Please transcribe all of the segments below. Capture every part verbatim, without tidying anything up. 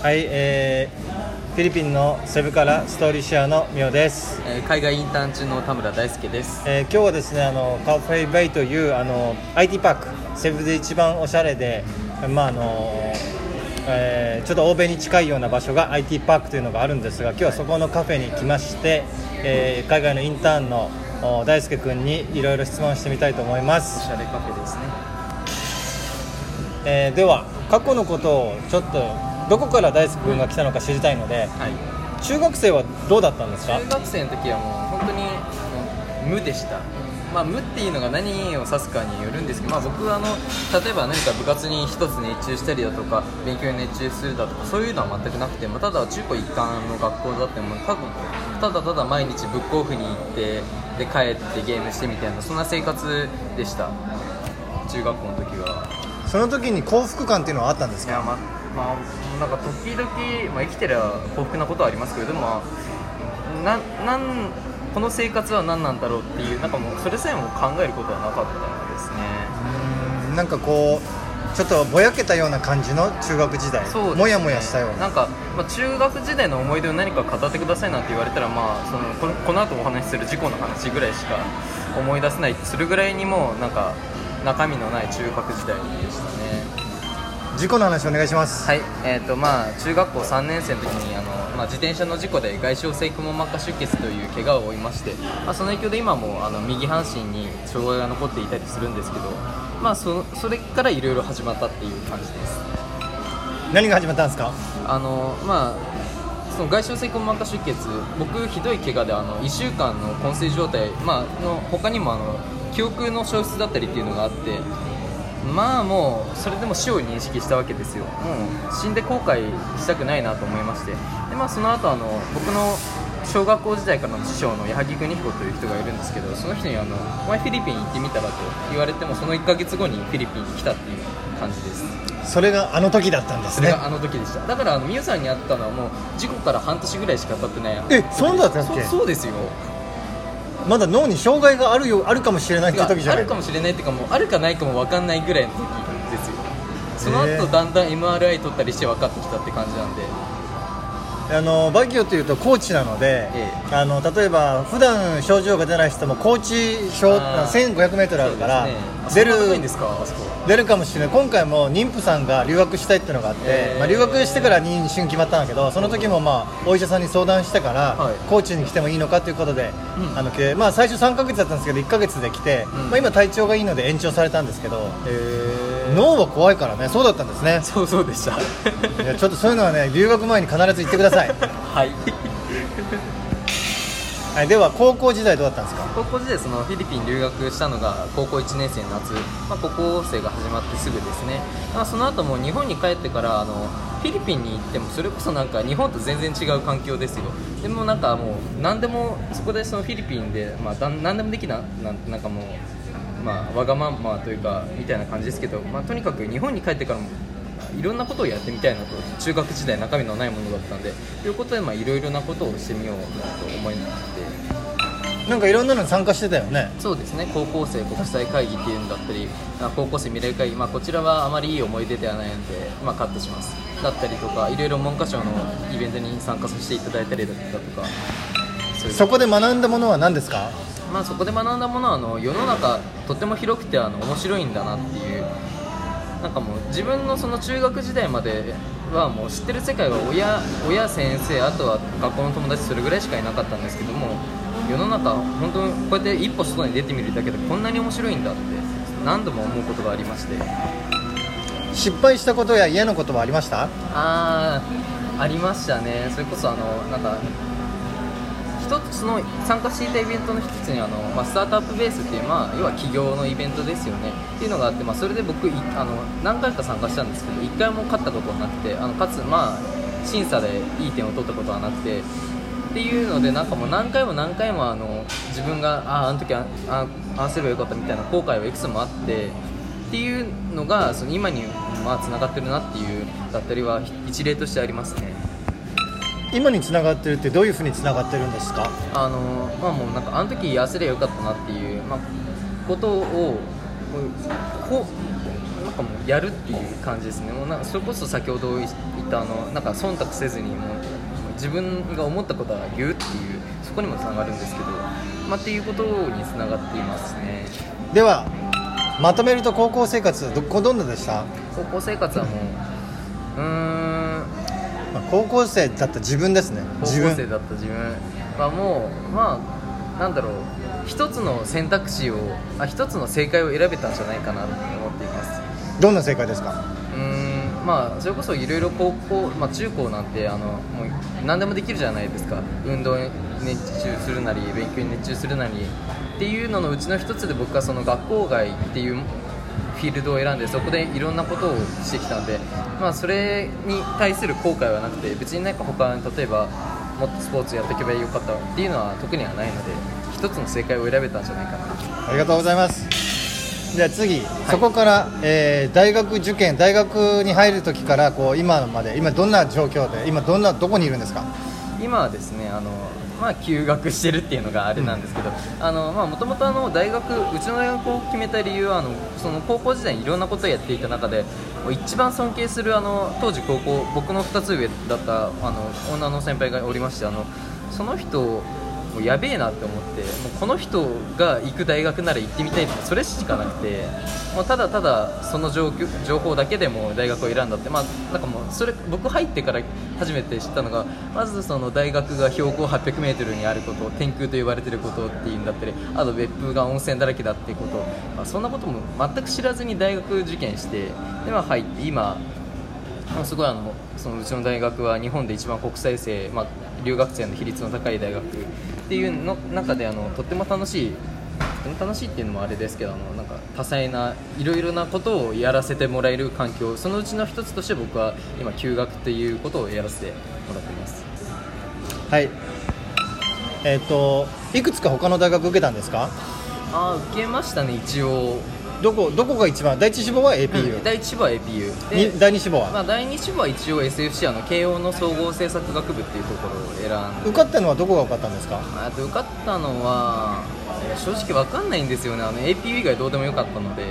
はい、えー、フィリピンのセブからストーリーシェアのミオです、 えー、海外インターン中の田村大輔です、 えー、今日はですねあのカフェベイというあの アイティー パーク、セブで一番おしゃれで、まああのえー、ちょっと欧米に近いような場所が アイティー パークというのがあるんですが、今日はそこのカフェに来まして、えー、海外のインターンの大輔君にいろいろ質問してみたいと思います。 おしゃれカフェですね。 えー、では過去のことをちょっとどこから大輔君が来たのか知りたいので、はい、中学生はどうだったんですか？ 中学生の時はもう本当に無でした。まあ、無っていうのが何を指すかによるんですけど、まあ、僕はあの例えば何か部活に一つ熱中したりだとか勉強に熱中するだとかそういうのは全くなくて、まあ、ただ中高一貫の学校だってもただただただ毎日ブックオフに行ってで帰ってゲームしてみたいな、そんな生活でした。中学校の時は。 その時に幸福感っていうのはあったんですか？ いや、ままあ、なんか時々、まあ、生きてりゃ幸福なことはありますけど、でも、まあ、ななんこの生活は何なんだろうっていう、なんかもうそれさえも考えることはなかったですね。 うーん、なんかこうちょっとぼやけたような感じの中学時代、 そうですね、 もやもやしたような、 なんか、まあ、中学時代の思い出を何か語ってくださいなんて言われたら、まあ、その こ, この後お話しする事故の話ぐらいしか思い出せない、それぐらいにもなんか中身のない中学時代でしたね。 事故の話お願いします。 はい、えーとまあ、中学校さんねん生の時にあの、まあ、自転車の事故で外傷性くも膜下出血という怪我を負いまして、まあ、その影響で今もあの右半身に障害が残っていたりするんですけど、まあ、そ, それからいろいろ始まったっていう感じです。 何が始まったんですか？ あの、まあ、その外傷性くも膜下出血、僕ひどい怪我であのいっしゅうかんの昏睡状態、まあ、の他にもあの記憶の消失だったりっていうのがあって、まあもうそれでも死を認識したわけですよ。もう死んで後悔したくないなと思いまして、で、まあ、その後あの僕の小学校時代からの師匠の矢作邦彦という人がいるんですけど、その人にあのお前フィリピン行ってみたらと言われても、そのいっかげつごにフィリピンに来たっていう感じです。 それがあの時だったんですね。 それがあの時でした。だからあの美羽さんに会ったのはもう事故から半年ぐらいしか経ってない。 え、そうだったっけ？ そ, そうですよ。 まだ脳に障害があるよ、あるかもしれないって時じゃない？ あるかもしれないっていうか、もうあるかないかも分かんないぐらいの時ですよ。その後だんだん エムアールアイ 取ったりして分かってきたって感じなんで、 あのバギオというと高知なので、ええ、あの例えば普段症状が出ない人も高知せんごひゃくメートルあるから、ね、出る出るかもしれない。今回も妊婦さんが留学したいっていうのがあって、えーまあ、留学してから妊娠決まったんだけど、その時も、まあ、お医者さんに相談してから、はい、高知に来てもいいのかということで、うん、あのまあ、最初さんかげつだったんですけどいっかげつで来て、うんまあ、今体調がいいので延長されたんですけど、えー、脳は怖いからね。そうだったんですね。 そうそうでした。 いやちょっとそういうのはね、留学前に必ず言ってください。 はいはい、では高校時代どうだったんですか？ 高校時代そのフィリピン留学したのが高校いちねん生の夏、まあ、高校生が始まってすぐですね。まあ、その後も日本に帰ってからあのフィリピンに行ってもそれこそなんか日本と全然違う環境ですよ。でもなんかもう何でもそこでそのフィリピンで、まあ、何でもできな、な、なんかもう、まあ、わがままというかみたいな感じですけど、まあ、とにかく日本に帰ってからもいろんなことをやってみたいなと、中学時代中身のないものだったんで、ということでまあいろいろなことをしてみようと思いまして、 なんかいろんなのに参加してたよね。 そうですね、高校生国際会議っていうのだったり、高校生未来会議、まあ、こちらはあまりいい思い出ではないので、まあ、カットしますだったりとか、いろいろ文科省のイベントに参加させていただいたりだとか、 そういうそこで学んだものは何ですか？ まあ、そこで学んだものはあの世の中とても広くてあの面白いんだなっていう、なんかもう自分のその中学時代まではもう知ってる世界は 親, 親先生、あとは学校の友達、それぐらいしかいなかったんですけども、世の中本当にこうやって一歩外に出てみるだけでこんなに面白いんだって何度も思うことがありまして。 失敗したことや嫌なことはありました？ あー、ありましたね。それこそあのなんか一つの参加していたイベントの一つにあの、まあ、スタートアップベースっていう、まあ、要は企業のイベントですよねっていうのがあって、まあ、それで僕あの何回か参加したんですけどいっかいも勝ったことはなくて、あのかつ、まあ、審査でいい点を取ったことはなくてっていうので、なんかもう何回も何回もあの自分がああの時ああああすればよかったみたいな後悔はいくつもあってっていうのがその今にまあつながってるなっていうだったりは一例としてありますね。 今につながってるってどういうふうにつながってるんですか？ あの、まあ、もうなんかあの時痩せればよかったなっていう、まあ、ことをこかもうやるっていう感じですね。もうなんかそれこそ先ほど言ったあのなんか忖度せずにもう自分が思ったことは言うっていうそこにもつながるんですけど、まあ、っていうことにつながっていますね。 ではまとめると高校生活どこどんなでした？ 高校生活はもううーん、 まあ、高校生だった自分ですね。 高校生だった自分はもうまあなんだろう一つの選択肢をあ一つの正解を選べたんじゃないかなと思っています。 どんな正解ですか？ うーんまあそれこそいろいろ高校、まあ、中高なんてあのもう何でもできるじゃないですか。運動に熱中するなり勉強に熱中するなりっていうののうちの一つで僕はその学校外っていうフィールドを選んでそこでいろんなことをしてきたので、まあ、それに対する後悔はなくて別になんか他に例えばもっとスポーツやっておけばよかったっていうのは特にはないので一つの正解を選べたんじゃないかな。 ありがとうございます。じゃあ次、はい、そこから、えー、大学受験大学に入る時からこう今まで今どんな状況で今どんなどこにいるんですか？ 今はですねあのまあ、休学してるっていうのがあれなんですけど、もともと大学うちの大学を決めた理由はあのその高校時代にいろんなことをやっていた中で一番尊敬するあの当時高校僕のふたつ上だったあの女の先輩がおりましてあのその人もうやべえなって思ってもうこの人が行く大学なら行ってみたいってそれしかなくてもうただただその情報だけでも大学を選んだって、まあ、なんかもうそれ僕入ってから初めて知ったのがまずその大学が標高はっぴゃくメートルにあること天空と呼ばれていることっていうんだったりあと別府が温泉だらけだっていうこと、まあ、そんなことも全く知らずに大学受験してで、まあ、入って今すごいあのそのうちの大学は日本で一番国際生、まあ、留学生の比率の高い大学っていうの中であのとっても楽しいとても楽しいっていうのもあれですけどあのなんか多彩ないろいろなことをやらせてもらえる環境そのうちの一つとして僕は今休学っていうことをやらせてもらっています。 はいえー、といくつか他の大学受けたんですか？ あ受けましたね一応。 どこどこが一番第一志望は エーピーユー、 うん、第一志望は エーピーユー で第二志望は、 まあ、第二志望は一応 エスエフシー あの慶応の総合政策学部っていうところを選んで受かったのはどこが受かったんですか？ あと受かったのは正直分かんないんですよねあの エーピーユー 以外どうでもよかったのでう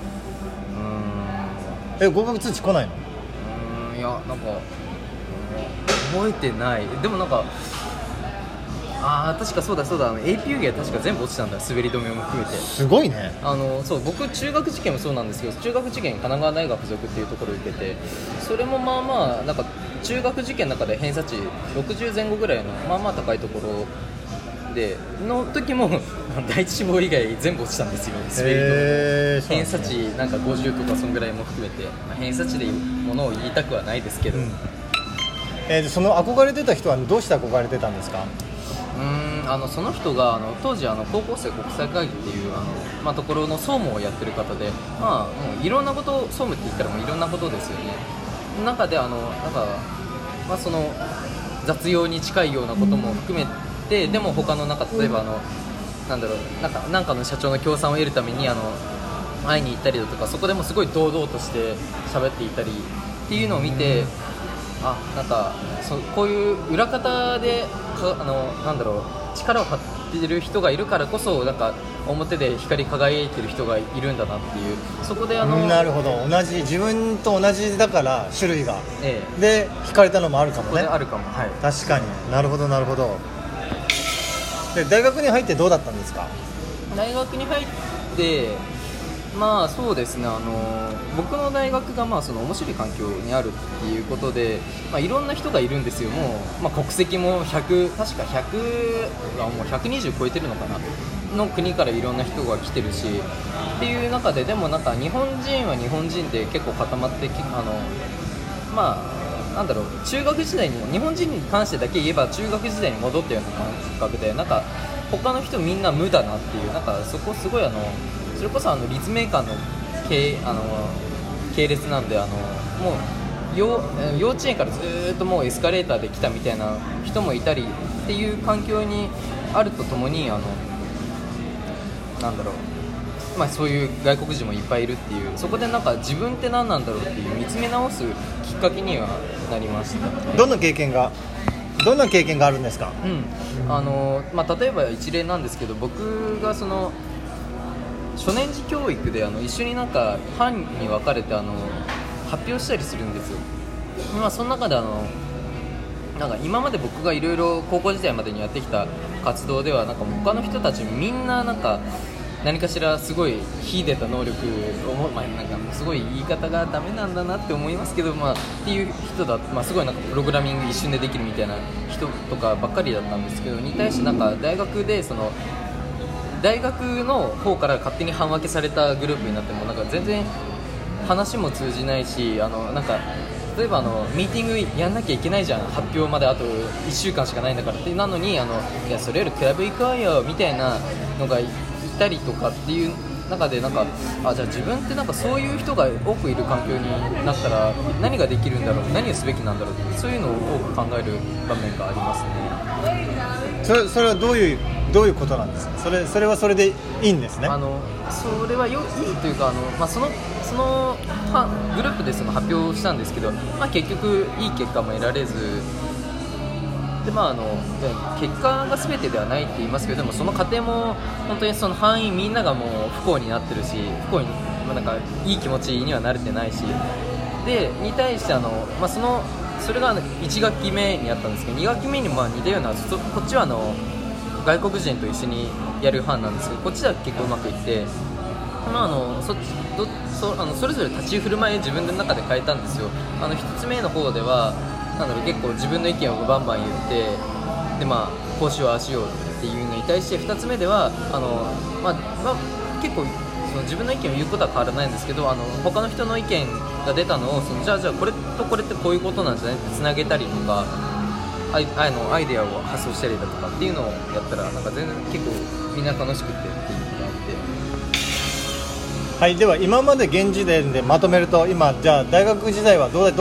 ーんえ合格通知来ないの？ うーんいやなんか覚えてないでもなんかあ確かそうだそうだあの エーピーユー 以外確か全部落ちたんだ滑り止めも含めてすごいねあのそう僕中学受験もそうなんですけど中学受験神奈川大学附属っていうところを受けてそれもまあまあなんか中学受験の中で偏差値ろくじゅう前後ぐらいのまあまあ高いところでの時も第一志望以外全部落ちたんですよ滑り止め偏差値なんかごじゅうとかそんぐらいも含めて、まあ、偏差値でものを言いたくはないですけど、うんえー、その憧れてた人はどうして憧れてたんですか？ うーんあのその人があの当時あの高校生国際会議っていうあの、まあ、ところの総務をやってる方で、まあ、もういろんなこと総務って言ったらもういろんなことですよね中であのなんか、まあ、その雑用に近いようなことも含めてでも他のなんか例えばあのなんだろうなんかなんかの社長の協賛を得るためにあの会いに行ったりだとかそこでもすごい堂々として喋っていたりっていうのを見てあなんかそこういう裏方でかあのなんだろう力を張ってる人がいるからこそなんか表で光り輝いてる人がいるんだなっていうそこであのなるほど同じ自分と同じだから種類が、ええ、で惹かれたのもあるかもねここであるかも、はい、 確かになるほどなるほどで大学に入ってどうだったんですか？ 大学に入ってまあそうですねあの僕の大学がまあその面白い環境にあるっていうことで、まあ、いろんな人がいるんですよもう、まあ、国籍もひゃく確かひゃくはもうひゃくにじゅう超えてるのかなの国からいろんな人が来てるしっていう中ででもなんか日本人は日本人で結構固まってきあのまあなんだろう中学時代に日本人に関してだけ言えば中学時代に戻ったような感覚でなんか他の人みんな無だなっていうなんかそこすごいあのそれこそあの立命館の系あの系列なんであのもう幼、幼稚園からずっともうエスカレーターで来たみたいな人もいたりっていう環境にあるとともにあのなんだろう、まあ、そういう外国人もいっぱいいるっていうそこでなんか自分って何なんだろうっていう見つめ直すきっかけにはなりました、ね、 どんな経験がどんな経験があるんですか？、 うんあのまあ、例えば一例なんですけど僕がその初年次教育であの一緒になんか班に分かれてあの発表したりするんですよ。まあ、その中であのなんか今まで僕がいろいろ高校時代までにやってきた活動ではなんか他の人たちみんななんか何かしらすごい秀でた能力を、まあ、なんかすごい言い方がダメなんだなって思いますけど、まあ、っていう人だ、まあ、すごいなんかプログラミング一瞬でできるみたいな人とかばっかりだったんですけど、に対してなんか大学でその大学の方から勝手に班分けされたグループになってもなんか全然話も通じないし、あのなんか例えばあのミーティングやんなきゃいけないじゃん、発表まであといっしゅうかんしかないんだからって、なのにあのいやそれよりクラブ行こうよみたいなのがいたりとかっていう中で、なんかあじゃあ自分ってなんかそういう人が多くいる環境になったら何ができるんだろう、何をすべきなんだろう、そういうのを多く考える場面がありますね。 それ、それはどういうどういうことなんですか。それ、それはそれでいいんですね。 あのそれはよいいというか、あの、まあ、そのそのグループでその発表したんですけど、まあ、結局いい結果も得られずで、まあ、あの結果が全てではないって言いますけど、でもその過程も本当にその範囲みんながもう不幸になってるし、不幸に、まあ、なんかいい気持ちには慣れてないしで、に対してあの、まあ、そのそれがいち学期目にあったんですけど、に学期目にまあ似たような、そこっちはあの外国人と一緒にやる班なんですけど、こっちは結構うまくいって、まあ、あの そ, どそ, あのそれぞれ立ち振る舞いを自分の中で変えたんですよ。あのひとつめの方ではなんだろう、結構自分の意見をバンバン言ってで、まあ、こうしようああしようっていうのに対して、ふたつめではあの、まあまあ、結構その自分の意見を言うことは変わらないんですけど、あの他の人の意見が出たのをそのじゃあじゃあこれとこれってこういうことなんじゃないってつなげたりとか、アイ, あのアイデアを発想したりだとかっていうのをやったら、なんか全然結構みんな楽しくてっていうのがあって。 はい、では今まで現時点でまとめると、今じゃあ大学時代はどうだ